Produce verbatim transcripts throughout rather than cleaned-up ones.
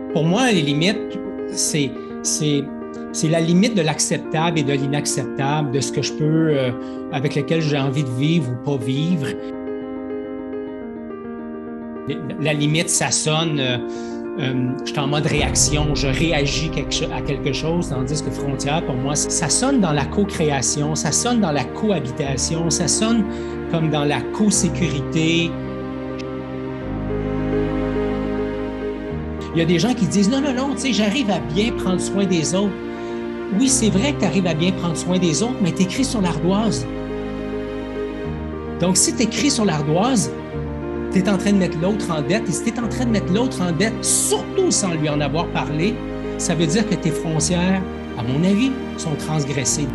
Pour moi, les limites, c'est, c'est, c'est la limite de l'acceptable et de l'inacceptable, de ce que je peux, euh, avec lequel j'ai envie de vivre ou pas vivre. La limite, ça sonne, euh, euh, je suis en mode réaction, je réagis à quelque chose, tandis que frontière, pour moi, ça sonne dans la co-création, ça sonne dans la cohabitation, ça sonne comme dans la co-sécurité. Il y a des gens qui disent « Non, non, non, tu sais, j'arrive à bien prendre soin des autres. » Oui, c'est vrai que tu arrives à bien prendre soin des autres, mais tu écris sur l'ardoise. Donc, si tu écris sur l'ardoise, tu es en train de mettre l'autre en dette. Et si tu es en train de mettre l'autre en dette, surtout sans lui en avoir parlé, ça veut dire que tes frontières, à mon avis, sont transgressées.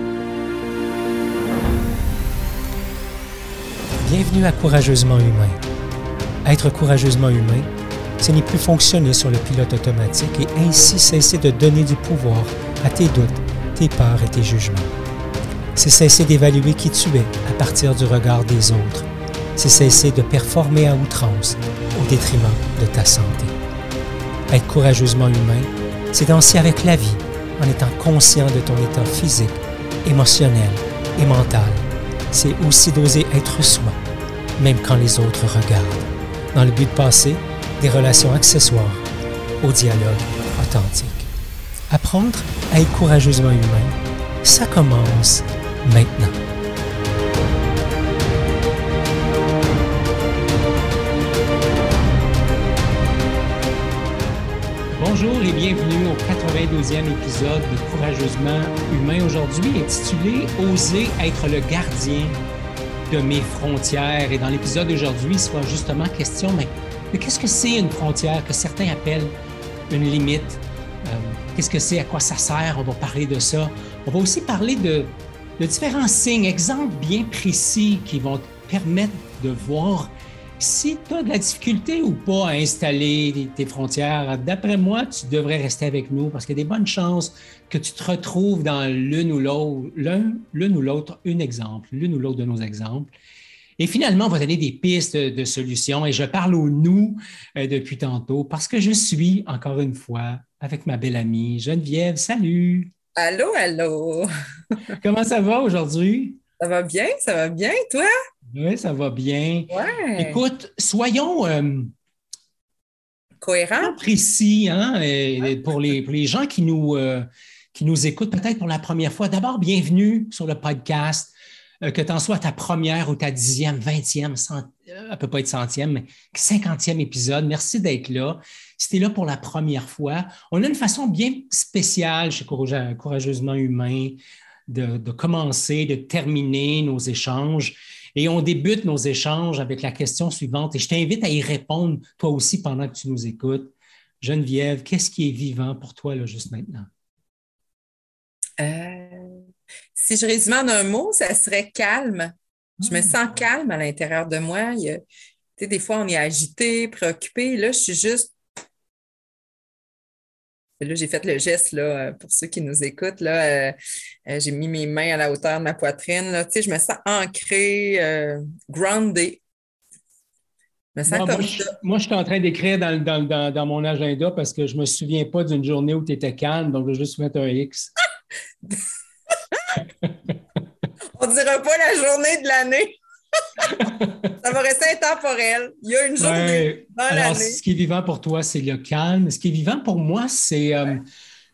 Bienvenue à Courageusement Humain. Être courageusement humain, ce n'est plus fonctionner sur le pilote automatique et ainsi cesser de donner du pouvoir à tes doutes, tes peurs et tes jugements. C'est cesser d'évaluer qui tu es à partir du regard des autres. C'est cesser de performer à outrance au détriment de ta santé. Être courageusement humain, c'est danser avec la vie en étant conscient de ton état physique, émotionnel et mental. C'est aussi d'oser être soi, même quand les autres regardent, dans le but de passer des relations accessoires au dialogue authentique. Apprendre à être courageusement humain, ça commence maintenant. Bonjour et bienvenue au quatre-vingt-douzième épisode de Courageusement Humain, aujourd'hui intitulé « Oser être le gardien de mes frontières ». Et dans l'épisode d'aujourd'hui, il sera justement question, mais, mais qu'est-ce que c'est une frontière que certains appellent une limite? Euh, qu'est-ce que c'est? À quoi ça sert? On va parler de ça. On va aussi parler de, de différents signes, exemples bien précis qui vont te permettre de voir si tu as de la difficulté ou pas à installer tes frontières. D'après moi, tu devrais rester avec nous parce qu'il y a des bonnes chances que tu te retrouves dans l'une ou l'autre, l'un, l'une ou l'autre, un exemple, l'une ou l'autre de nos exemples. Et finalement, on va donner des pistes de, de solutions et je parle au nous euh, depuis tantôt parce que je suis, encore une fois, avec ma belle amie Geneviève. Salut! Allô, allô! Comment ça va aujourd'hui? Ça va bien, ça va bien, toi? Oui, ça va bien. Ouais. Écoute, soyons euh, cohérents, précis, hein, et pour, les, pour les gens qui nous, euh, qui nous écoutent peut-être pour la première fois. D'abord, bienvenue sur le podcast, euh, que tu en sois ta première ou ta dixième, vingtième, cent, euh, elle peut pas être centième, mais cinquantième épisode. Merci d'être là. Si tu es là pour la première fois, on a une façon bien spéciale chez Courageusement Humain de, de commencer, de terminer nos échanges. Et on débute nos échanges avec la question suivante et je t'invite à y répondre toi aussi pendant que tu nous écoutes. Geneviève, qu'est-ce qui est vivant pour toi là, juste maintenant? Euh, si je résumais en un mot, ça serait calme. Je me sens calme à l'intérieur de moi. Il y a, tu sais, des fois, on est agité, préoccupé. Là, je suis juste... Là, j'ai fait le geste là, pour ceux qui nous écoutent. Là, euh, euh, j'ai mis mes mains à la hauteur de ma poitrine. Là. Tu sais, je me sens ancrée, euh, grounded. Je me sens Moi, comme moi, ça. Je, moi, je suis en train d'écrire dans, dans, dans, dans mon agenda parce que je ne me souviens pas d'une journée où tu étais calme, donc je vais juste mettre un X. On ne dira pas la journée de l'année. Ça va rester intemporel. Il y a une journée Ouais. dans Alors, l'année. ce qui est vivant pour toi, c'est le calme. Ce qui est vivant pour moi, c'est... Euh, ouais.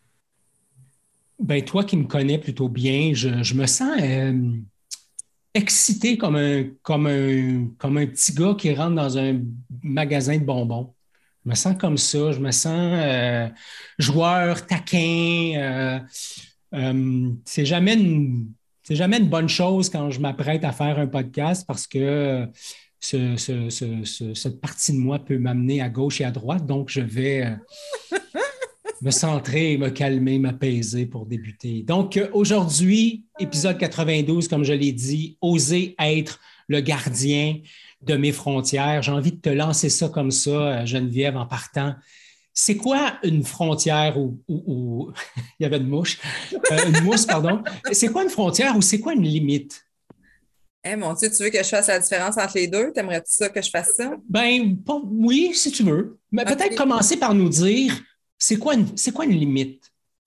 Ben, toi qui me connais plutôt bien, je, je me sens euh, excité comme un, comme, un, comme un petit gars qui rentre dans un magasin de bonbons. Je me sens comme ça. Je me sens euh, joueur, taquin. Euh, euh, c'est jamais une... C'est jamais une bonne chose quand je m'apprête à faire un podcast parce que ce, ce, ce, ce, cette partie de moi peut m'amener à gauche et à droite. Donc, je vais me centrer, me calmer, m'apaiser pour débuter. Donc, aujourd'hui, épisode quatre-vingt-douze, comme je l'ai dit, oser être le gardien de mes frontières. J'ai envie de te lancer ça comme ça, Geneviève, en partant. C'est quoi une frontière ou, ou, ou... il y avait une mouche, euh, une mousse, pardon. C'est quoi une frontière ou c'est quoi une limite? Eh hey, mon Dieu, tu veux que je fasse la différence entre les deux? T'aimerais-tu ça que je fasse ça? Ben, pas, oui, si tu veux. Mais okay. Peut-être commencer par nous dire c'est quoi une, c'est quoi une limite?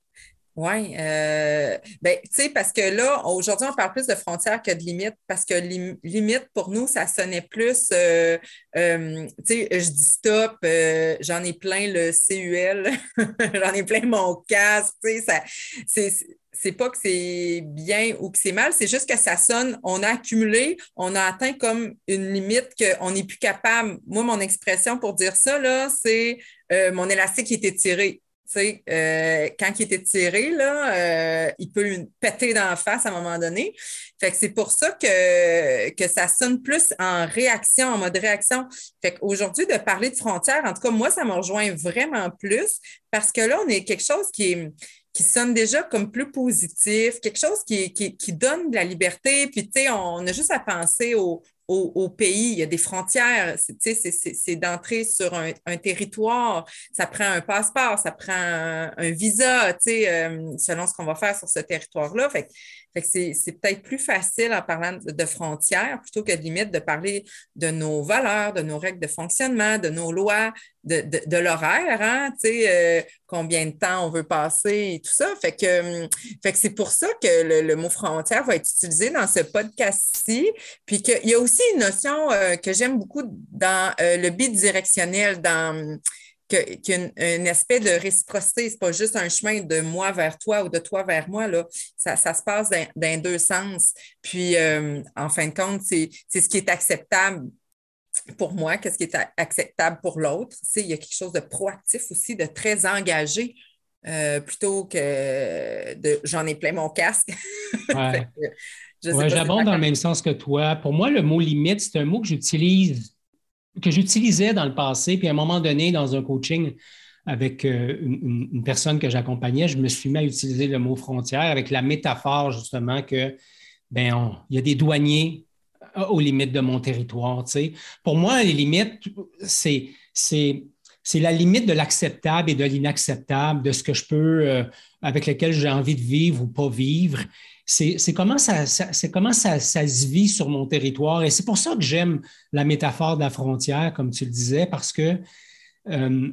Oui, euh, ben, tu sais, parce que là, aujourd'hui, on parle plus de frontières que de limites, parce que lim- limite, pour nous, ça sonnait plus, euh, euh, tu sais, je dis stop, euh, j'en ai plein le C U L, j'en ai plein mon casque, tu sais, ça, c'est, c'est pas que c'est bien ou que c'est mal, c'est juste que ça sonne, on a accumulé, on a atteint comme une limite qu'on n'est plus capable. Moi, mon expression pour dire ça, là, c'est euh, mon élastique qui était tiré. Tu sais, euh, quand il était tiré, là, euh, il peut lui péter dans la face à un moment donné. Fait que c'est pour ça que, que ça sonne plus en réaction, en mode réaction. Fait qu'aujourd'hui, de parler de frontières, en tout cas, moi, ça me rejoint vraiment plus parce que là, on est quelque chose qui est qui sonne déjà comme plus positif, quelque chose qui, qui, qui donne de la liberté. Puis, tu sais, on a juste à penser au, au, au pays. Il y a des frontières. Tu sais, c'est, c'est, c'est d'entrer sur un, un territoire. Ça prend un passeport, ça prend un, un visa, tu sais, euh, selon ce qu'on va faire sur ce territoire-là. Fait, fait que c'est, c'est peut-être plus facile en parlant de, de frontières plutôt que de limite de parler de nos valeurs, de nos règles de fonctionnement, de nos lois, de, de, de l'horaire, hein, tu sais, euh, combien de temps on veut passer et tout ça. Fait que, fait que c'est pour ça que le, le mot frontière va être utilisé dans ce podcast-ci. Puis qu'il y a aussi une notion euh, que j'aime beaucoup dans euh, le bidirectionnel, dans que, qu'il y a une, un aspect de réciprocité. C'est pas juste un chemin de moi vers toi ou de toi vers moi, là. Ça, ça se passe dans, dans deux sens. Puis, euh, en fin de compte, c'est, c'est ce qui est acceptable pour moi, qu'est-ce qui est acceptable pour l'autre. Tu sais, il y a quelque chose de proactif aussi, de très engagé, euh, plutôt que de j'en ai plein mon casque. Ouais. Je sais ouais, pas j'abonde dans le même sens que toi. Pour moi, le mot limite, c'est un mot que j'utilise, que j'utilisais dans le passé, puis à un moment donné, dans un coaching avec euh, une, une personne que j'accompagnais, je me suis mis à utiliser le mot frontière avec la métaphore, justement, que ben, on, il y a des douaniers aux limites de mon territoire. Tu sais. Pour moi, les limites, c'est, c'est, c'est la limite de l'acceptable et de l'inacceptable, de ce que je peux, euh, avec lequel j'ai envie de vivre ou pas vivre. C'est, c'est comment, ça, ça, c'est comment ça, ça se vit sur mon territoire. Et c'est pour ça que j'aime la métaphore de la frontière, comme tu le disais, parce que euh,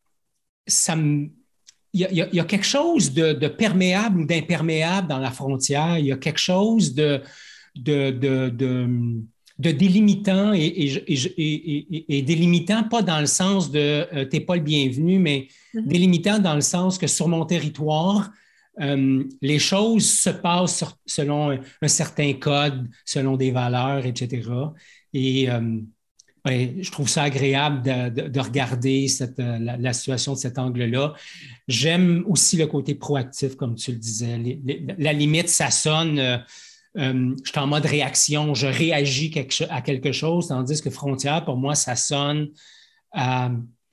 ça me... Il y, a, il y a quelque chose de, de perméable ou d'imperméable dans la frontière. Il y a quelque chose de... De, de, de, de délimitant et, et, et, et, et délimitant, pas dans le sens de euh, t'es pas le bienvenu, mais mm-hmm. délimitant dans le sens que sur mon territoire, euh, les choses se passent sur, selon un, un certain code, selon des valeurs, et cetera. Et euh, ouais, je trouve ça agréable de, de, de regarder cette, la, la situation de cet angle-là. J'aime aussi le côté proactif, comme tu le disais. Les, les, la limite, ça sonne... Euh, Euh, je suis en mode réaction, je réagis quelque, à quelque chose, tandis que frontière, pour moi, ça sonne à...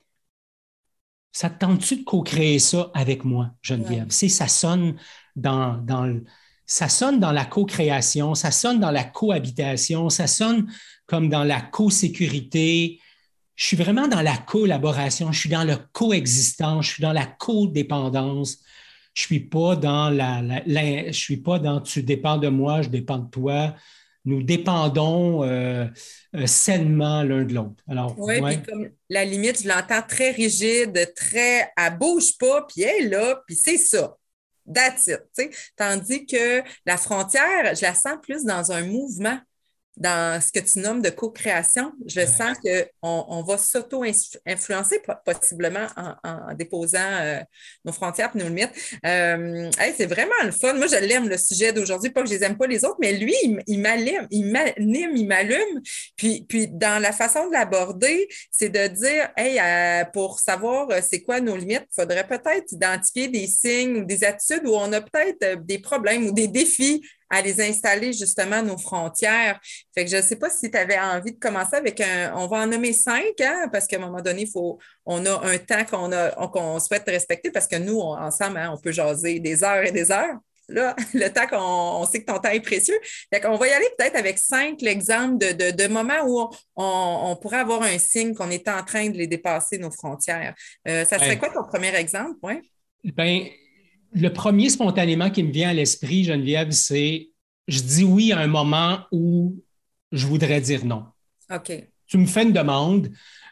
Ça te tente-tu de co-créer ça avec moi, Geneviève? Ouais. Ça sonne dans, dans le... ça sonne dans la co-création, ça sonne dans la cohabitation, ça sonne comme dans la co-sécurité. Je suis vraiment dans la collaboration, je suis dans le coexistence, je suis dans la codépendance. Je suis pas dans la, la, la, je suis pas dans tu dépends de moi, je dépends de toi. Nous dépendons euh, euh, sainement l'un de l'autre. Alors, oui, ouais. Puis comme la limite, je l'entends très rigide, très elle bouge pas, puis elle est là, puis c'est ça. That's it. T'sais. Tandis que la frontière, je la sens plus dans un mouvement. Dans ce que tu nommes de co-création, je ouais. sens qu'on on va s'auto-influencer possiblement en, en déposant euh, nos frontières et nos limites. Euh, hey, c'est vraiment le fun. Moi, je l'aime, le sujet d'aujourd'hui. Pas que je les aime pas les autres, mais lui, il, il m'allume, il m'anime, il m'allume. Puis, puis, dans la façon de l'aborder, c'est de dire, hey, euh, pour savoir c'est quoi nos limites, il faudrait peut-être identifier des signes ou des attitudes où on a peut-être des problèmes ou des défis à les installer justement nos frontières. Fait que je ne sais pas si tu avais envie de commencer avec un... On va en nommer cinq, hein, parce qu'à un moment donné, il faut, on a un temps qu'on, a, qu'on souhaite respecter parce que nous, on, ensemble, hein, on peut jaser des heures et des heures. Là, le temps qu'on on sait que ton temps est précieux. Fait qu'on va y aller peut-être avec cinq l'exemple de, de, de moments où on, on, on pourrait avoir un signe qu'on est en train de les dépasser, nos frontières. Euh, ça serait ouais. quoi ton premier exemple? Ouais? Bien, le premier spontanément qui me vient à l'esprit, Geneviève, c'est je dis oui à un moment où je voudrais dire non. OK. Tu me fais une demande,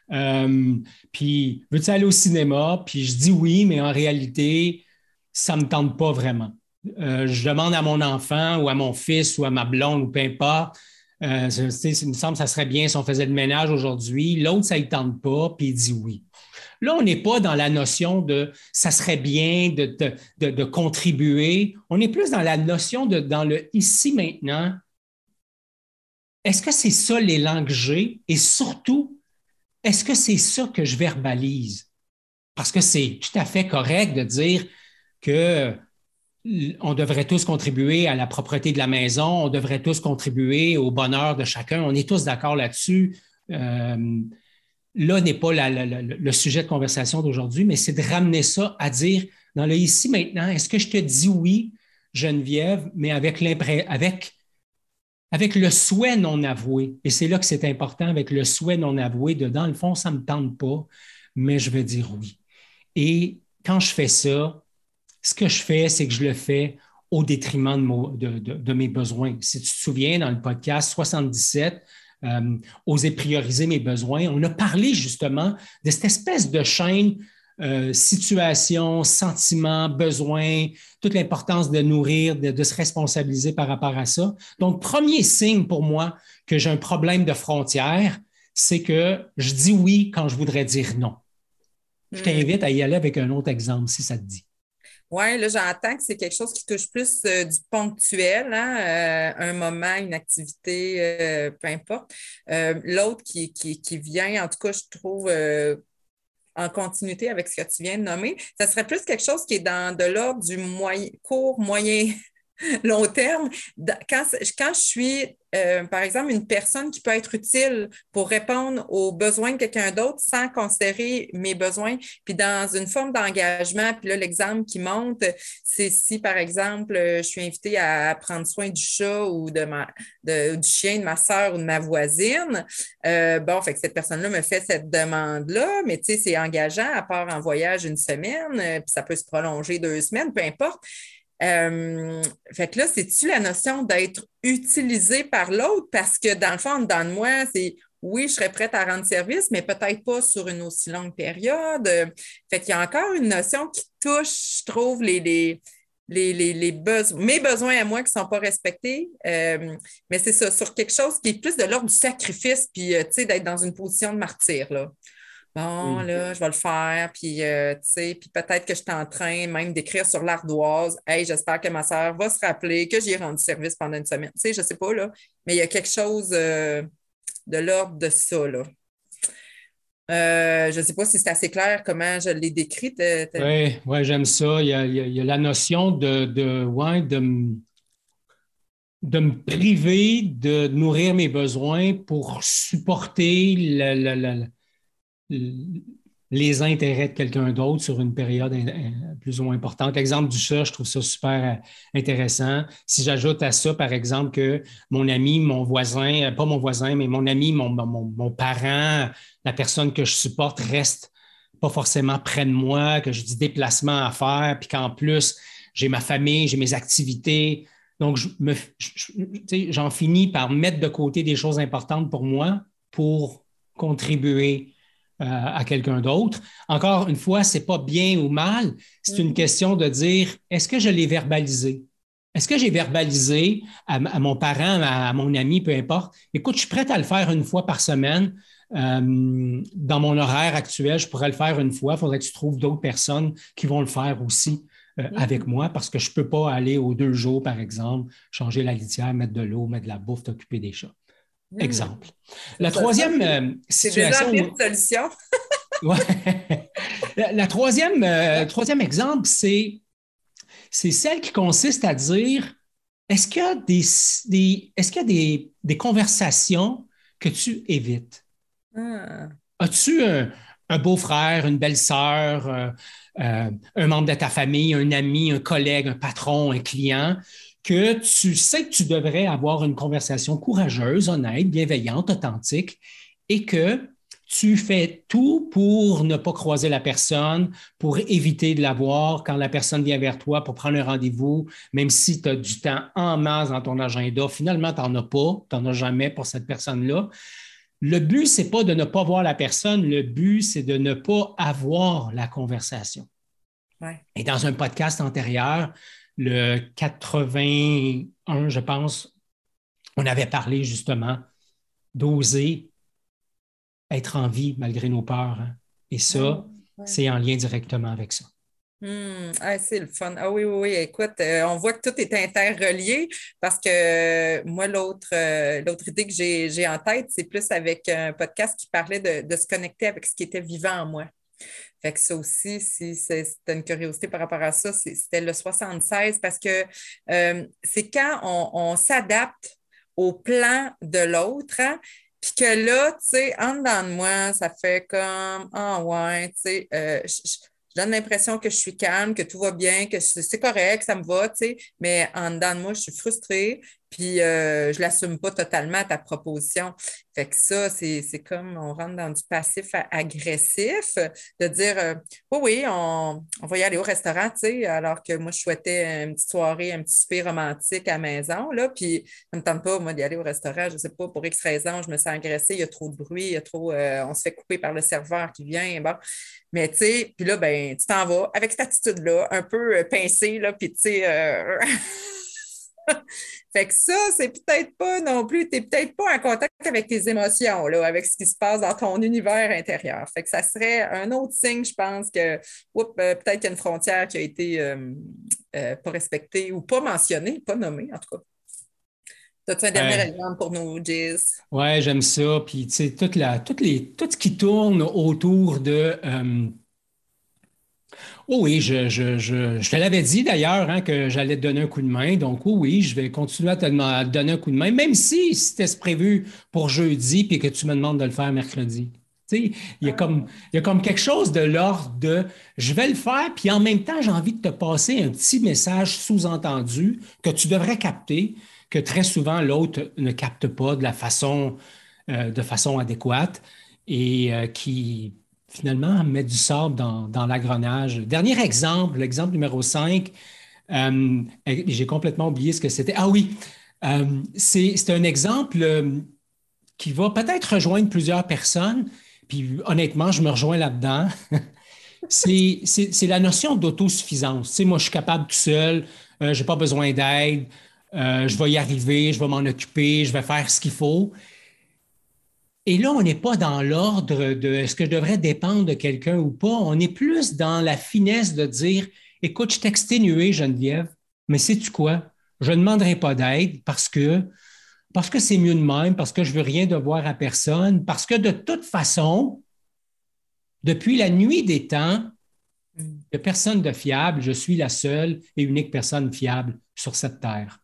Euh, puis, veux-tu aller au cinéma? Puis je dis oui, mais en réalité, ça ne me tente pas vraiment. Euh, je demande à mon enfant ou à mon fils ou à ma blonde ou peu importe. Euh, il me semble que ça serait bien si on faisait le ménage aujourd'hui. L'autre, ça ne tente pas, puis il dit oui. Là, on n'est pas dans la notion de ça serait bien de, de, de, de contribuer. On est plus dans la notion de dans le ici maintenant. Est-ce que c'est ça l'élan que j'ai? Et surtout, est-ce que c'est ça que je verbalise? Parce que c'est tout à fait correct de dire que on devrait tous contribuer à la propreté de la maison, on devrait tous contribuer au bonheur de chacun. On est tous d'accord là-dessus. Euh, là n'est pas la, la, la, le sujet de conversation d'aujourd'hui, mais c'est de ramener ça à dire dans le ici maintenant, est-ce que je te dis oui, Geneviève, mais avec l'impression, avec avec le souhait non avoué. Et c'est là que c'est important, avec le souhait non avoué, de dans le fond, ça ne me tente pas, mais je vais dire oui. Et quand je fais ça, ce que je fais, c'est que je le fais au détriment de, mon, de, de, de mes besoins. Si tu te souviens, dans le podcast soixante-dix-sept, euh, Oser prioriser mes besoins, on a parlé justement de cette espèce de chaîne euh, situation, sentiment, besoin, toute l'importance de nourrir, de, de se responsabiliser par rapport à ça. Donc, premier signe pour moi que j'ai un problème de frontière, c'est que je dis oui quand je voudrais dire non. Je t'invite à y aller avec un autre exemple, si ça te dit. Oui, là, j'entends que c'est quelque chose qui touche plus euh, du ponctuel, hein, euh, un moment, une activité, euh, peu importe. Euh, l'autre qui, qui, qui vient, en tout cas, je trouve, euh, en continuité avec ce que tu viens de nommer, ça serait plus quelque chose qui est dans de l'ordre du moyen, court, moyen, long terme. Quand, quand je suis, euh, par exemple, une personne qui peut être utile pour répondre aux besoins de quelqu'un d'autre sans considérer mes besoins, puis dans une forme d'engagement, puis là, l'exemple qui monte, c'est si, par exemple, je suis invitée à prendre soin du chat ou de ma, de, du chien de ma sœur ou de ma voisine, euh, bon, fait que cette personne-là me fait cette demande-là, mais tu sais, c'est engageant, à part en voyage une semaine, puis ça peut se prolonger deux semaines, peu importe. Euh, fait que là, c'est-tu la notion d'être utilisé par l'autre? Parce que dans le fond, dans moi, c'est oui, je serais prête à rendre service, mais peut-être pas sur une aussi longue période. Fait qu'il y a encore une notion qui touche, je trouve, les, les, les, les, les besoins, mes besoins à moi qui ne sont pas respectés. Euh, mais c'est ça, sur quelque chose qui est plus de l'ordre du sacrifice, puis tu sais, d'être dans une position de martyr, là. Bon, là, je vais le faire, puis, euh, tu sais, puis peut-être que je suis en train même d'écrire sur l'ardoise. Hey, j'espère que ma sœur va se rappeler que j'ai rendu service pendant une semaine. Tu sais, je ne sais pas, là, mais il y a quelque chose euh, de l'ordre de ça, là. Euh, je ne sais pas si c'est assez clair comment je l'ai décrit. Oui, ouais, j'aime ça. Il y a, il y a, il y a la notion de, de, ouais, de, de me priver de nourrir mes besoins pour supporter le, le, le les intérêts de quelqu'un d'autre sur une période plus ou moins importante. L'exemple du chat, je trouve ça super intéressant. Si j'ajoute à ça, par exemple, que mon ami, mon voisin, pas mon voisin, mais mon ami, mon, mon, mon parent, la personne que je supporte reste pas forcément près de moi, que j'ai du déplacement à faire, puis qu'en plus, j'ai ma famille, j'ai mes activités. Donc, je me, je, j'en finis par mettre de côté des choses importantes pour moi pour contribuer à quelqu'un d'autre. Encore une fois, ce n'est pas bien ou mal, c'est une question de dire, est-ce que je l'ai verbalisé? Est-ce que j'ai verbalisé à, à mon parent, à, à mon ami, peu importe, écoute, je suis prête à le faire une fois par semaine. Euh, dans mon horaire actuel, je pourrais le faire une fois. Il faudrait que tu trouves d'autres personnes qui vont le faire aussi euh, mmh. avec moi parce que je ne peux pas aller aux deux jours, par exemple, changer la litière, mettre de l'eau, mettre de la bouffe, t'occuper des chats. Exemple. La troisième euh, situation. C'est déjà une solution. Ouais. La, la troisième, euh, troisième exemple, c'est, c'est celle qui consiste à dire est-ce qu'il y a des, des, est-ce qu'il y a des, des conversations que tu évites? Ah. As-tu un, un beau-frère, une belle-sœur, euh, euh, un membre de ta famille, un ami, un collègue, un patron, un client que tu sais que tu devrais avoir une conversation courageuse, honnête, bienveillante, authentique, et que tu fais tout pour ne pas croiser la personne, pour éviter de la voir quand la personne vient vers toi pour prendre un rendez-vous, même si tu as du temps en masse dans ton agenda, finalement, tu n'en as pas, tu n'en as jamais pour cette personne-là. le but, ce n'est pas de ne pas voir la personne, le but, c'est de ne pas avoir la conversation. Ouais. Et dans un podcast antérieur, le quatre-vingt-un, je pense, on avait parlé justement d'oser être en vie malgré nos peurs. Hein. Et ça, oh, ouais. c'est en lien directement avec ça. Mmh, ah, c'est le fun. Ah oui, oui, oui. Écoute, euh, on voit que tout est interrelié parce que euh, moi, l'autre, euh, l'autre idée que j'ai, j'ai en tête, c'est plus avec un podcast qui parlait de, de se connecter avec ce qui était vivant en moi. Fait que ça aussi, si c'est, c'était une curiosité par rapport à ça, c'est, c'était le soixante-seize parce que euh, c'est quand on, on s'adapte au plan de l'autre, hein, puis que là, tu sais, en dedans de moi, ça fait comme, ah oh, ouais, tu sais, euh, je donne l'impression que je suis calme, que tout va bien, que c'est correct, ça me va, tu sais, mais en dedans de moi, je suis frustrée, puis euh, je ne l'assume pas totalement, ta proposition. Fait que ça, c'est, c'est comme on rentre dans du passif agressif, de dire, euh, oui, oui, on, on va y aller au restaurant, tu sais, alors que moi, je souhaitais une petite soirée, un petit souper romantique à la maison, là, puis ça ne me tente pas, moi, d'y aller au restaurant, je ne sais pas, pour X raisons, je me sens agressée, il y a trop de bruit, il y a trop, euh, on se fait couper par le serveur qui vient, bon. Mais tu sais, puis là, ben, tu t'en vas avec cette attitude-là, un peu euh, pincée, là, puis tu sais... Euh... fait que ça, c'est peut-être pas non plus, tu n'es peut-être pas en contact avec tes émotions, là, avec ce qui se passe dans ton univers intérieur. Fait que ça serait un autre signe, je pense, que oups, euh, peut-être qu'il y a une frontière qui a été euh, euh, pas respectée ou pas mentionnée, pas nommée, en tout cas. As-tu un dernier ouais. exemple pour nous, Giz? Oui, j'aime ça. Puis, tu sais, toute la, toute les, tout ce qui tourne autour de... Euh... Oh oui, je, je, je, je te l'avais dit d'ailleurs hein, que j'allais te donner un coup de main. Donc, oh oui, je vais continuer à te, à te donner un coup de main, même si c'était prévu pour jeudi puis que tu me demandes de le faire mercredi. Tu sais, il y a comme, il y a comme quelque chose de l'ordre de je vais le faire, puis en même temps, j'ai envie de te passer un petit message sous-entendu que tu devrais capter, que très souvent l'autre ne capte pas de la façon, euh, de façon adéquate et euh, qui finalement met du sable dans, dans l'engrenage. Dernier exemple, l'exemple numéro cinq, euh, j'ai complètement oublié ce que c'était. Ah oui, euh, c'est, c'est un exemple euh, qui va peut-être rejoindre plusieurs personnes, puis honnêtement, je me rejoins là-dedans. c'est, c'est, c'est la notion d'autosuffisance. Tu sais, moi, je suis capable tout seul, euh, je n'ai pas besoin d'aide, euh, je vais y arriver, je vais m'en occuper, je vais faire ce qu'il faut. Et là, on n'est pas dans l'ordre de est-ce que je devrais dépendre de quelqu'un ou pas. On est plus dans la finesse de dire, écoute, je t'ai exténué, Geneviève, mais sais-tu quoi? Je ne demanderai pas d'aide parce que parce que c'est mieux de même, parce que je ne veux rien devoir à personne, parce que de toute façon, depuis la nuit des temps, il n'y a personne de fiable. Je suis la seule et unique personne fiable sur cette terre.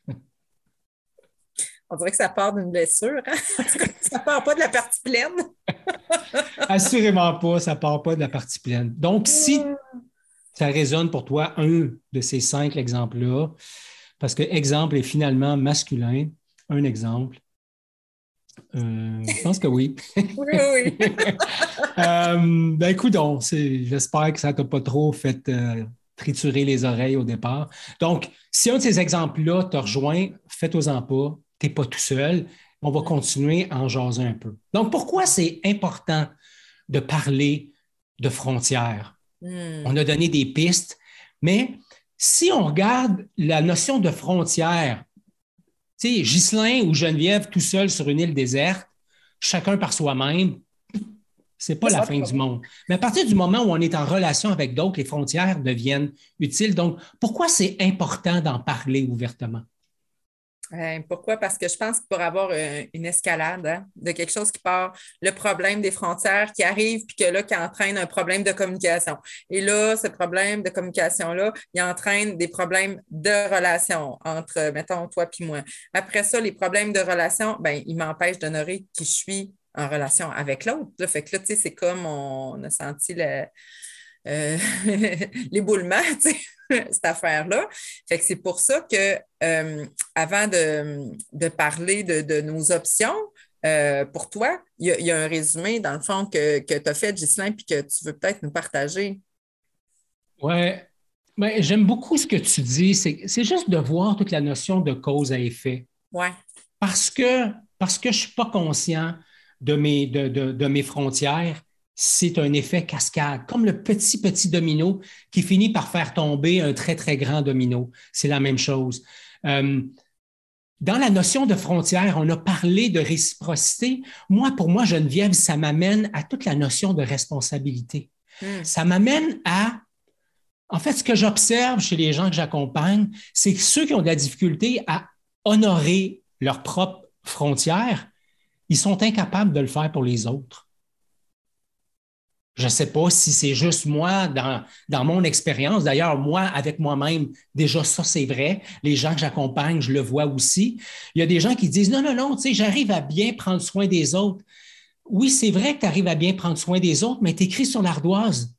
On dirait que ça part d'une blessure. Hein? Ça ne part pas de la partie pleine. Assurément pas, ça ne part pas de la partie pleine. Donc, si ça résonne pour toi, un de ces cinq exemples-là, parce que exemple est finalement masculin, un exemple, euh, je pense que oui. Oui, oui. euh, ben, écoute donc, c'est, j'espère que ça ne t'a pas trop fait euh, triturer les oreilles au départ. Donc, si un de ces exemples-là te rejoint, fais-toi-en pas. Tu n'es pas tout seul. On va continuer à en jaser un peu. Donc, pourquoi c'est important de parler de frontières? Mm. On a donné des pistes, mais si on regarde la notion de frontière, tu sais, Ghislain ou Geneviève tout seul sur une île déserte, chacun par soi-même, c'est pas la fin du monde. Mais à partir du moment où on est en relation avec d'autres, les frontières deviennent utiles. Donc, pourquoi c'est important d'en parler ouvertement? Euh, pourquoi? Parce que je pense qu'il pourrait y avoir euh, une escalade hein, de quelque chose qui part, le problème des frontières qui arrive, puis que là, qui entraîne un problème de communication. Et là, ce problème de communication-là, il entraîne des problèmes de relation entre, mettons, toi puis moi. Après ça, les problèmes de relation, ben, ils m'empêchent d'honorer qui je suis en relation avec l'autre. Là. Fait que là, tu sais, c'est comme on a senti le, euh, l'éboulement, tu sais. Cette affaire-là. Fait que c'est pour ça que euh, avant de, de parler de, de nos options, euh, pour toi, il y, y a un résumé, dans le fond, que, que tu as fait, Ghislain, puis que tu veux peut-être nous partager. Oui. Ben, j'aime beaucoup ce que tu dis. C'est, c'est juste de voir toute la notion de cause à effet. Oui. Parce que, parce que je ne suis pas conscient de mes, de, de, de mes frontières, c'est un effet cascade, comme le petit, petit domino qui finit par faire tomber un très, très grand domino. C'est la même chose. Euh, dans la notion de frontière, on a parlé de réciprocité. Moi, pour moi, Geneviève, ça m'amène à toute la notion de responsabilité. Mm. Ça m'amène à... En fait, ce que j'observe chez les gens que j'accompagne, c'est que ceux qui ont de la difficulté à honorer leurs propres frontières, ils sont incapables de le faire pour les autres. Je ne sais pas si c'est juste moi dans, dans mon expérience. D'ailleurs, moi, avec moi-même, déjà, ça, c'est vrai. Les gens que j'accompagne, je le vois aussi. Il y a des gens qui disent, non, non, non, tu sais, j'arrive à bien prendre soin des autres. Oui, c'est vrai que tu arrives à bien prendre soin des autres, mais tu écris sur l'ardoise.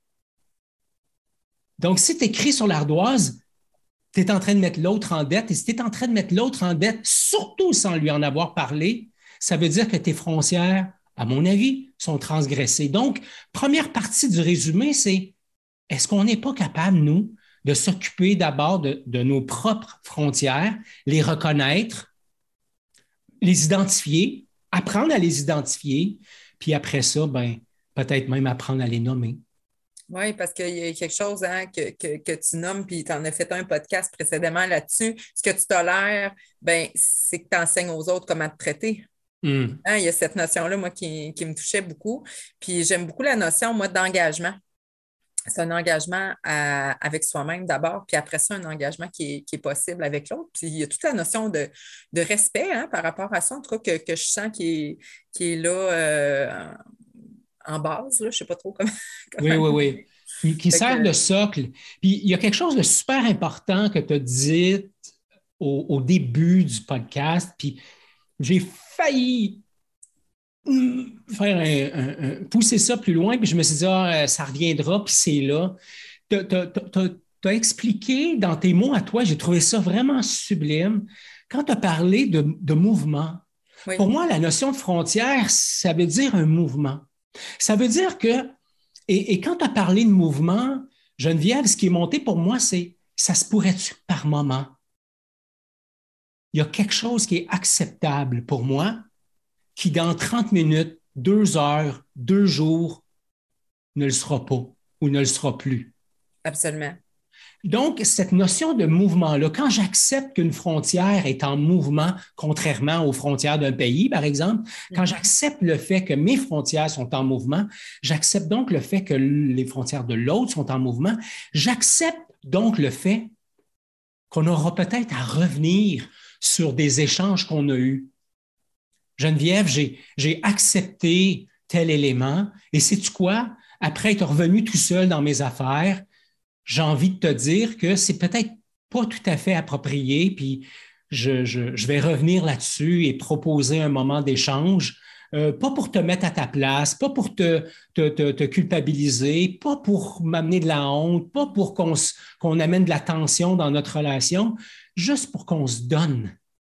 Donc, si tu écris sur l'ardoise, tu es en train de mettre l'autre en dette. Et si tu es en train de mettre l'autre en dette, surtout sans lui en avoir parlé, ça veut dire que tes frontières, à mon avis, sont transgressées. Donc, première partie du résumé, c'est est-ce qu'on n'est pas capable, nous, de s'occuper d'abord de, de nos propres frontières, les reconnaître, les identifier, apprendre à les identifier, puis après ça, ben, peut-être même apprendre à les nommer. Oui, parce qu'il y a quelque chose hein, que, que, que tu nommes, puis tu en as fait un podcast précédemment là-dessus. Ce que tu tolères, ben, c'est que tu enseignes aux autres comment te traiter. Mm. Hein, il y a cette notion-là, moi, qui, qui me touchait beaucoup. Puis j'aime beaucoup la notion, moi, d'engagement. C'est un engagement à, avec soi-même d'abord, puis après ça, un engagement qui est, qui est possible avec l'autre. Puis il y a toute la notion de, de respect hein, par rapport à ça, en tout cas, que, que je sens qui est, qui est là euh, en base. Là, je ne sais pas trop comment. Oui, oui, oui. Qui, qui sert que... de socle. Puis il y a quelque chose de super important que tu as dit au, au début du podcast, puis j'ai failli faire un, un, un, pousser ça plus loin, puis je me suis dit, ah, ça reviendra, puis c'est là. Tu as expliqué dans tes mots à toi, j'ai trouvé ça vraiment sublime, quand tu as parlé de, de mouvement. Oui. Pour moi, la notion de frontière, ça veut dire un mouvement. Ça veut dire que, et, et quand tu as parlé de mouvement, Geneviève, ce qui est monté pour moi, c'est, ça se pourrait-tu par moment? Il y a quelque chose qui est acceptable pour moi, qui dans trente minutes, deux heures, deux jours, ne le sera pas ou ne le sera plus. Absolument. Donc, cette notion de mouvement-là, quand j'accepte qu'une frontière est en mouvement, contrairement aux frontières d'un pays, par exemple, mm-hmm. quand j'accepte le fait que mes frontières sont en mouvement, j'accepte donc le fait que les frontières de l'autre sont en mouvement, j'accepte donc le fait qu'on aura peut-être à revenir sur des échanges qu'on a eus. Geneviève, j'ai, j'ai accepté tel élément et sais-tu quoi? Après être revenu tout seul dans mes affaires, j'ai envie de te dire que c'est peut-être pas tout à fait approprié, puis je, je, je vais revenir là-dessus et proposer un moment d'échange, euh, pas pour te mettre à ta place, pas pour te, te, te, te culpabiliser, pas pour m'amener de la honte, pas pour qu'on, qu'on amène de la tension dans notre relation, juste pour qu'on se donne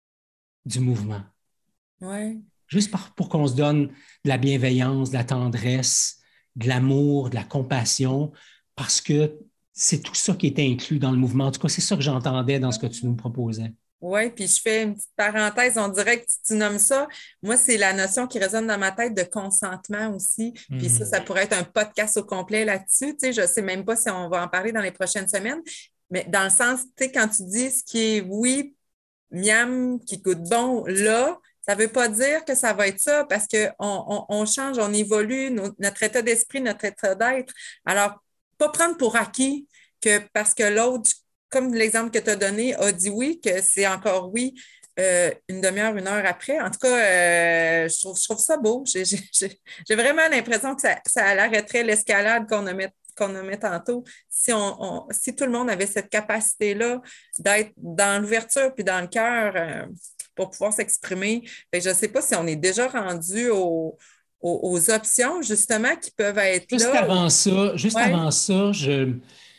du mouvement. Ouais. Juste par, pour qu'on se donne de la bienveillance, de la tendresse, de l'amour, de la compassion, parce que c'est tout ça qui est inclus dans le mouvement. En tout cas, c'est ça que j'entendais dans ce que tu nous proposais. Oui, puis je fais une petite parenthèse, on dirait que tu nommes ça. Moi, c'est la notion qui résonne dans ma tête de consentement aussi. Puis mmh. ça, ça pourrait être un podcast au complet là-dessus. Tu sais, je ne sais même pas si on va en parler dans les prochaines semaines, mais dans le sens, tu sais, quand tu dis ce qui est oui, miam, qui goûte bon, là, ça ne veut pas dire que ça va être ça parce qu'on on, on change, on évolue, nos, notre état d'esprit, notre état d'être. Alors, pas prendre pour acquis que parce que l'autre, comme l'exemple que tu as donné, a dit oui, que c'est encore oui euh, une demi-heure, une heure après. En tout cas, euh, je, trouve, je trouve ça beau. J'ai, j'ai, j'ai vraiment l'impression que ça, ça arrêterait l'escalade qu'on a mis, qu'on a mis tantôt. Si, on, on, si tout le monde avait cette capacité-là d'être dans l'ouverture puis dans le cœur euh, pour pouvoir s'exprimer, bien, je ne sais pas si on est déjà rendu au... Aux, aux options, justement, qui peuvent être juste là. Avant ça, juste ouais. avant ça, je,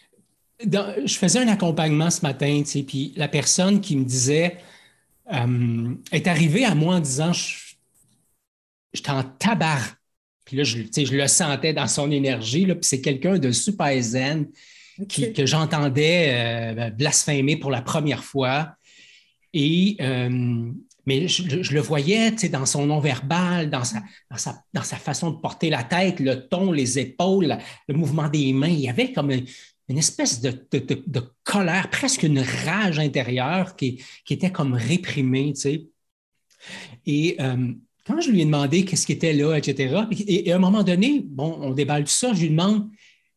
dans, je faisais un accompagnement ce matin, tu sais, puis la personne qui me disait euh, est arrivée à moi en disant je, j'étais en tabarre. Puis là, je, tu sais, je le sentais dans son énergie, là, puis c'est quelqu'un de super zen qui, okay. que j'entendais euh, blasphémer pour la première fois. Et euh, mais je, je le voyais, tu sais, dans son non-verbal, dans sa, dans, sa, dans sa façon de porter la tête, le ton, les épaules, le mouvement des mains. Il y avait comme une, une espèce de, de, de, de colère, presque une rage intérieure qui, qui était comme réprimée, tu sais. Et euh, quand je lui ai demandé qu'est-ce qui était là, et cetera, et, et à un moment donné, bon, on déballe tout ça, je lui demande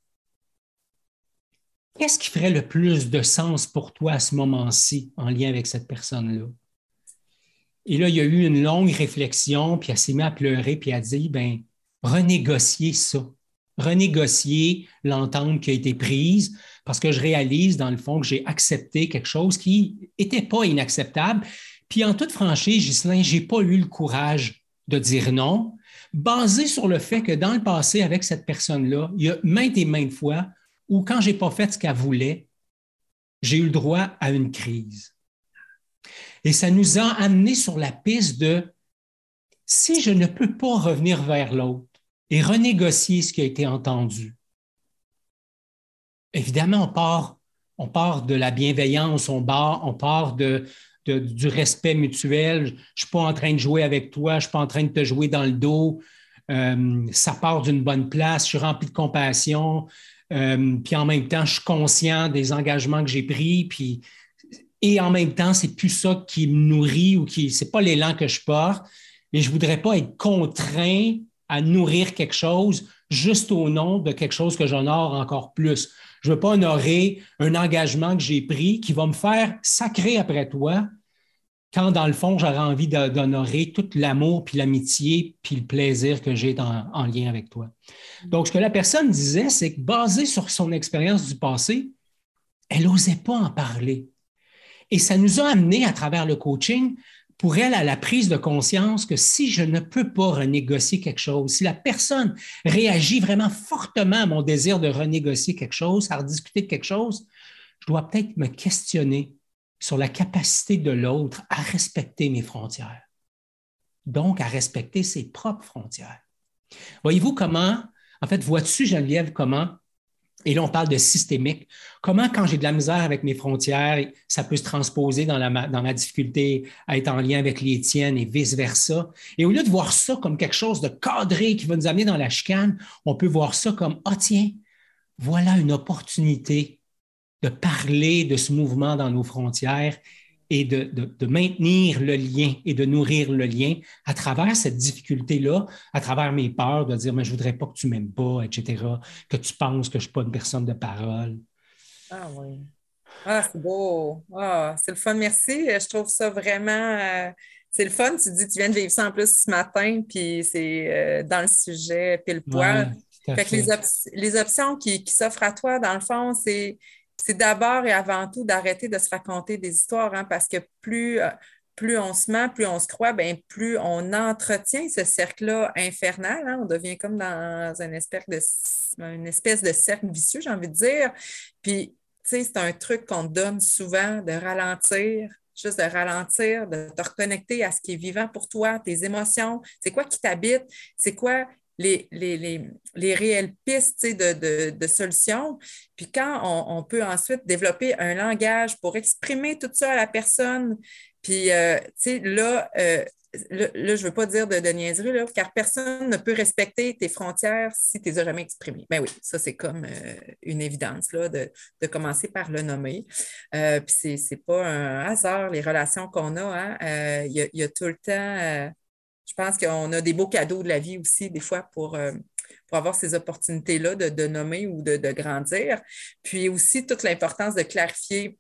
qu'est-ce qui ferait le plus de sens pour toi à ce moment-ci en lien avec cette personne-là? Et là, il y a eu une longue réflexion, puis elle s'est mise à pleurer, puis elle a dit, ben, renégocier ça, renégocier l'entente qui a été prise, parce que je réalise, dans le fond, que j'ai accepté quelque chose qui n'était pas inacceptable. Puis en toute franchise, Ghislain, je n'ai pas eu le courage de dire non, basé sur le fait que dans le passé, avec cette personne-là, il y a maintes et maintes fois où, quand je n'ai pas fait ce qu'elle voulait, j'ai eu le droit à une crise. Et ça nous a amenés sur la piste de si je ne peux pas revenir vers l'autre et renégocier ce qui a été entendu, évidemment, on part, on part de la bienveillance, on part, on part de, de, du respect mutuel. Je ne suis pas en train de jouer avec toi, je ne suis pas en train de te jouer dans le dos. Euh, ça part d'une bonne place, je suis rempli de compassion. Euh, puis en même temps, je suis conscient des engagements que j'ai pris, puis et en même temps, c'est plus ça qui me nourrit ou qui, c'est pas l'élan que je porte. Et je voudrais pas être contraint à nourrir quelque chose juste au nom de quelque chose que j'honore encore plus. Je veux pas honorer un engagement que j'ai pris qui va me faire sacrer après toi quand, dans le fond, j'aurais envie de, d'honorer tout l'amour puis l'amitié puis le plaisir que j'ai dans, en lien avec toi. Donc, ce que la personne disait, c'est que basé sur son expérience du passé, elle n'osait pas en parler. Et ça nous a amené à travers le coaching, pour elle, à la prise de conscience que si je ne peux pas renégocier quelque chose, si la personne réagit vraiment fortement à mon désir de renégocier quelque chose, à rediscuter de quelque chose, je dois peut-être me questionner sur la capacité de l'autre à respecter mes frontières. Donc, à respecter ses propres frontières. Voyez-vous comment, en fait, vois-tu, Geneviève, comment et là, on parle de systémique. Comment, quand j'ai de la misère avec mes frontières, ça peut se transposer dans, la, dans ma difficulté à être en lien avec les tiennes et vice-versa. Et au lieu de voir ça comme quelque chose de cadré qui va nous amener dans la chicane, on peut voir ça comme, ah tiens, voilà une opportunité de parler de ce mouvement dans nos frontières et de, de, de maintenir le lien et de nourrir le lien à travers cette difficulté-là, à travers mes peurs de dire « mais je ne voudrais pas que tu ne m'aimes pas, et cetera, que tu penses que je ne suis pas une personne de parole. » Ah oui. Ah, c'est beau. Ah, c'est le fun, merci. Je trouve ça vraiment... Euh, c'est le fun. Tu dis, tu viens de vivre ça en plus ce matin, puis c'est euh, dans le sujet pile poil. Ouais, fait que les, op- les options qui, qui s'offrent à toi, dans le fond, c'est... c'est d'abord et avant tout d'arrêter de se raconter des histoires, hein, parce que plus, plus on se ment, plus on se croit, bien, plus on entretient ce cercle-là infernal. Hein, on devient comme dans une espèce de, une espèce de cercle vicieux, j'ai envie de dire. Puis, tu sais, c'est un truc qu'on te donne souvent de ralentir, juste de ralentir, de te reconnecter à ce qui est vivant pour toi, tes émotions, c'est quoi qui t'habite, c'est quoi Les, les, les, les réelles pistes de, de, de solutions. Puis quand on, on peut ensuite développer un langage pour exprimer tout ça à la personne, puis euh, tu sais, là, euh, là, là, je ne veux pas dire de, de niaiserie, là, car personne ne peut respecter tes frontières si tu ne les as jamais exprimées. Ben oui, ça, c'est comme euh, une évidence là, de, de commencer par le nommer. Euh, puis ce n'est pas un hasard, les relations qu'on a. Hein? Euh, y, a, y a tout le temps... Euh, Je pense qu'on a des beaux cadeaux de la vie aussi, des fois, pour, euh, pour avoir ces opportunités-là de, de nommer ou de, de grandir. Puis aussi, toute l'importance de clarifier,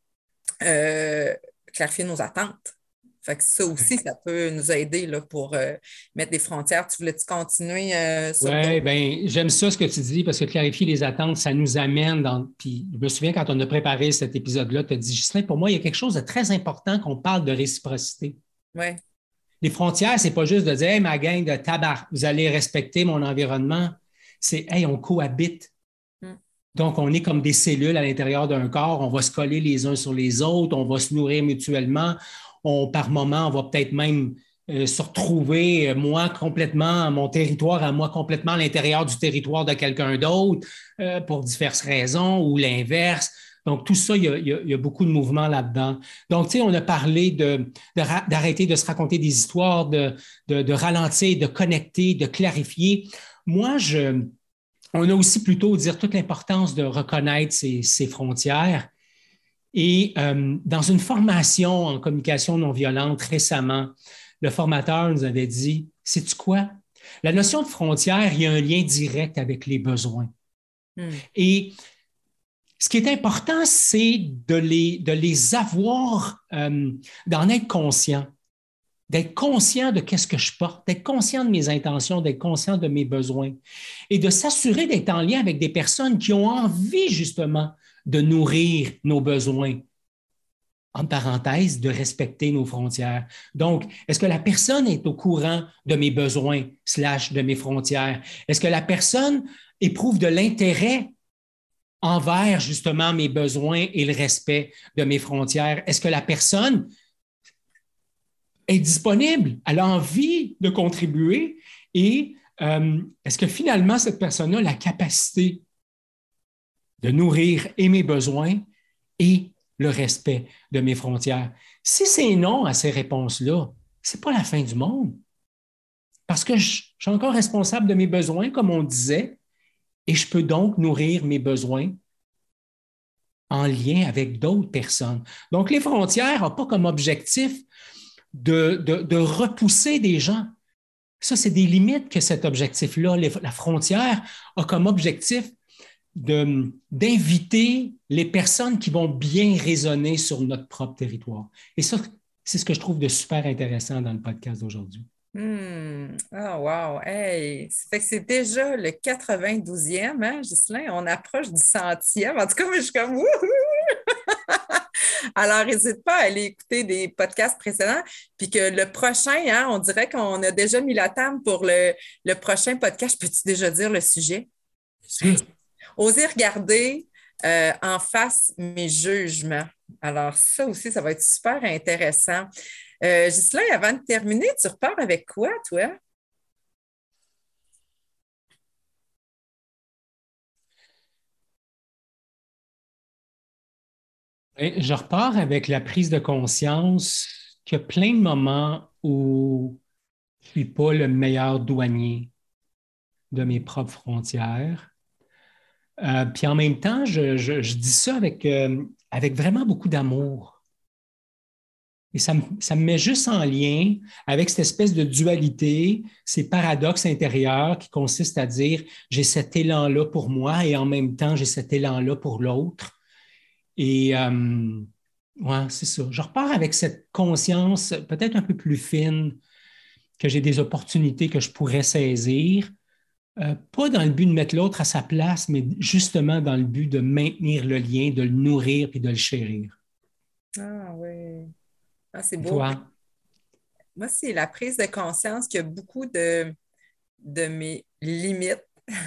euh, clarifier nos attentes. Fait que ça aussi, ça peut nous aider là, pour euh, mettre des frontières. Tu voulais-tu continuer euh, sur Oui, bien, j'aime ça ce que tu dis parce que clarifier les attentes, ça nous amène dans. Puis je me souviens quand on a préparé cet épisode-là, tu as dit, Ghislain, pour moi, il y a quelque chose de très important qu'on parle de réciprocité. Oui. Les frontières, ce n'est pas juste de dire hey, ma gang de tabac, vous allez respecter mon environnement. C'est hey, on cohabite. Mm. Donc, on est comme des cellules à l'intérieur d'un corps, on va se coller les uns sur les autres, on va se nourrir mutuellement. On, par moment, on va peut-être même euh, se retrouver, moi complètement, mon territoire à moi complètement à l'intérieur du territoire de quelqu'un d'autre euh, pour diverses raisons ou l'inverse. Donc, tout ça, il y a, il y a, il y a beaucoup de mouvements là-dedans. Donc, tu sais, on a parlé de, de, d'arrêter de se raconter des histoires, de, de, de ralentir, de connecter, de clarifier. Moi, je, on a aussi plutôt dire toute l'importance de reconnaître ses, ses frontières. Et euh, dans une formation en communication non violente récemment, le formateur nous avait dit, sais-tu quoi? La notion de frontière, il y a un lien direct avec les besoins. Mm. Et ce qui est important, c'est de les, de les avoir, euh, d'en être conscient, d'être conscient de qu'est-ce que je porte, d'être conscient de mes intentions, d'être conscient de mes besoins et de s'assurer d'être en lien avec des personnes qui ont envie justement de nourrir nos besoins. En parenthèse, de respecter nos frontières. Donc, est-ce que la personne est au courant de mes besoins slash de mes frontières? Est-ce que la personne éprouve de l'intérêt envers justement mes besoins et le respect de mes frontières? Est-ce que la personne est disponible? Elle a envie de contribuer? Et euh, est-ce que finalement, cette personne a la capacité de nourrir et mes besoins et le respect de mes frontières? Si c'est non à ces réponses-là, ce n'est pas la fin du monde. Parce que je, je suis encore responsable de mes besoins, comme on disait, et je peux donc nourrir mes besoins en lien avec d'autres personnes. Donc, les frontières n'ont pas comme objectif de, de, de repousser des gens. Ça, c'est des limites que cet objectif-là, les, la frontière, a comme objectif De, d'inviter les personnes qui vont bien résonner sur notre propre territoire. Et ça, c'est ce que je trouve de super intéressant dans le podcast d'aujourd'hui. Hmm. Oh, wow! Hey! Ça fait que c'est déjà le quatre-vingt-douzième, hein, Ghislain? On approche du centième. En tout cas, moi, je suis comme wouhou! Alors, n'hésite pas à aller écouter des podcasts précédents. Puis que le prochain, hein, on dirait qu'on a déjà mis la table pour le, le prochain podcast. Peux-tu déjà dire le sujet? Oui. Oser regarder euh, en face mes jugements. Alors, ça aussi, ça va être super intéressant. Euh, Ghislain, avant de terminer, tu repars avec quoi, toi? Je repars avec la prise de conscience qu'il y a plein de moments où je ne suis pas le meilleur douanier de mes propres frontières. Euh, puis en même temps, je, je, je dis ça avec, euh, avec vraiment beaucoup d'amour. Et ça me, ça me met juste en lien avec cette espèce de dualité, ces paradoxes intérieurs qui consistent à dire j'ai cet élan-là pour moi et en même temps, j'ai cet élan-là pour l'autre. Et euh, ouais, c'est ça. Je repars avec cette conscience peut-être un peu plus fine, que j'ai des opportunités que je pourrais saisir. Euh, pas dans le but de mettre l'autre à sa place, mais justement dans le but de maintenir le lien, de le nourrir et de le chérir. Ah oui. Ah, c'est beau. Toi? Moi, c'est la prise de conscience qu'il y a beaucoup de, de mes limites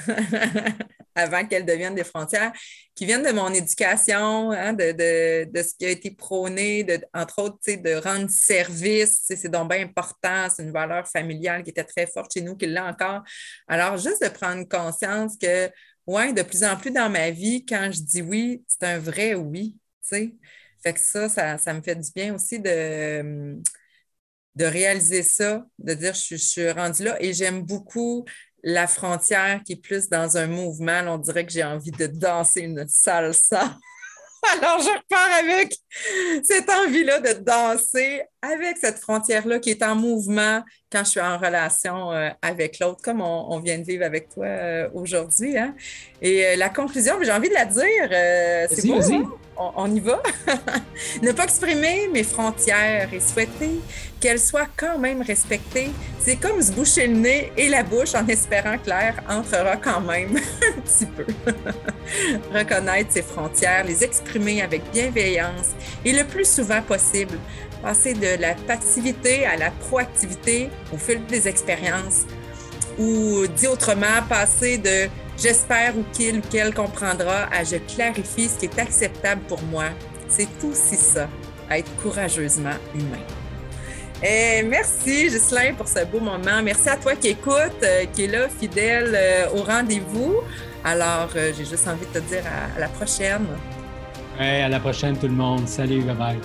avant qu'elles deviennent des frontières, qui viennent de mon éducation, hein, de, de, de ce qui a été prôné, de, entre autres, de rendre service. C'est donc bien important, c'est une valeur familiale qui était très forte chez nous, qui l'a encore. Alors, juste de prendre conscience que, ouais, de plus en plus dans ma vie, quand je dis oui, c'est un vrai oui, tu sais. Fait que ça, ça, ça me fait du bien aussi de, de réaliser ça, de dire je, je suis rendue là et j'aime beaucoup la frontière qui est plus dans un mouvement. Là, on dirait que j'ai envie de danser une salsa. Alors, je repars avec cette envie-là de danser avec cette frontière-là qui est en mouvement quand je suis en relation euh, avec l'autre, comme on, on vient de vivre avec toi euh, aujourd'hui. Hein? Et euh, la conclusion, j'ai envie de la dire, euh, c'est beau, hein? on, on y va. Ne pas exprimer mes frontières et souhaiter qu'elles soient quand même respectées, c'est comme se boucher le nez et la bouche en espérant que l'air entrera quand même un petit peu. Reconnaître ses frontières, les exprimer avec bienveillance et le plus souvent possible, passer de la passivité à la proactivité au fil des expériences ou, dit autrement, passer de « j'espère ou qu'il ou qu'elle comprendra » à « je clarifie ce qui est acceptable pour moi ». C'est aussi ça, être courageusement humain. Et merci, Ghislain, pour ce beau moment. Merci à toi qui écoute, euh, qui est là, fidèle euh, au rendez-vous. Alors, euh, j'ai juste envie de te dire à, à la prochaine. Ouais, à la prochaine tout le monde. Salut, bye bye.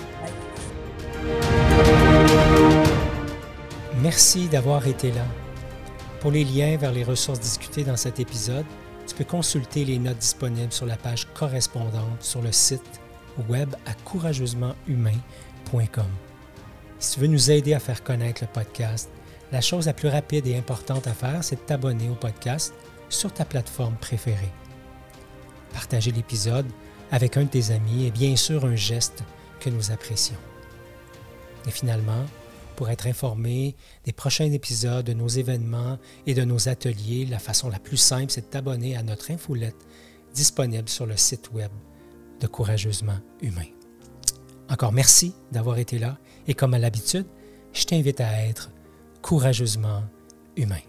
Merci d'avoir été là. Pour les liens vers les ressources discutées dans cet épisode, tu peux consulter les notes disponibles sur la page correspondante sur le site web à courageusement humain point com. Si tu veux nous aider à faire connaître le podcast, la chose la plus rapide et importante à faire, c'est de t'abonner au podcast sur ta plateforme préférée. Partager l'épisode avec un de tes amis est bien sûr un geste que nous apprécions. Et finalement, pour être informé des prochains épisodes, de nos événements et de nos ateliers, la façon la plus simple, c'est de t'abonner à notre infolette disponible sur le site web de Courageusement Humain. Encore merci d'avoir été là et comme à l'habitude, je t'invite à être courageusement humain.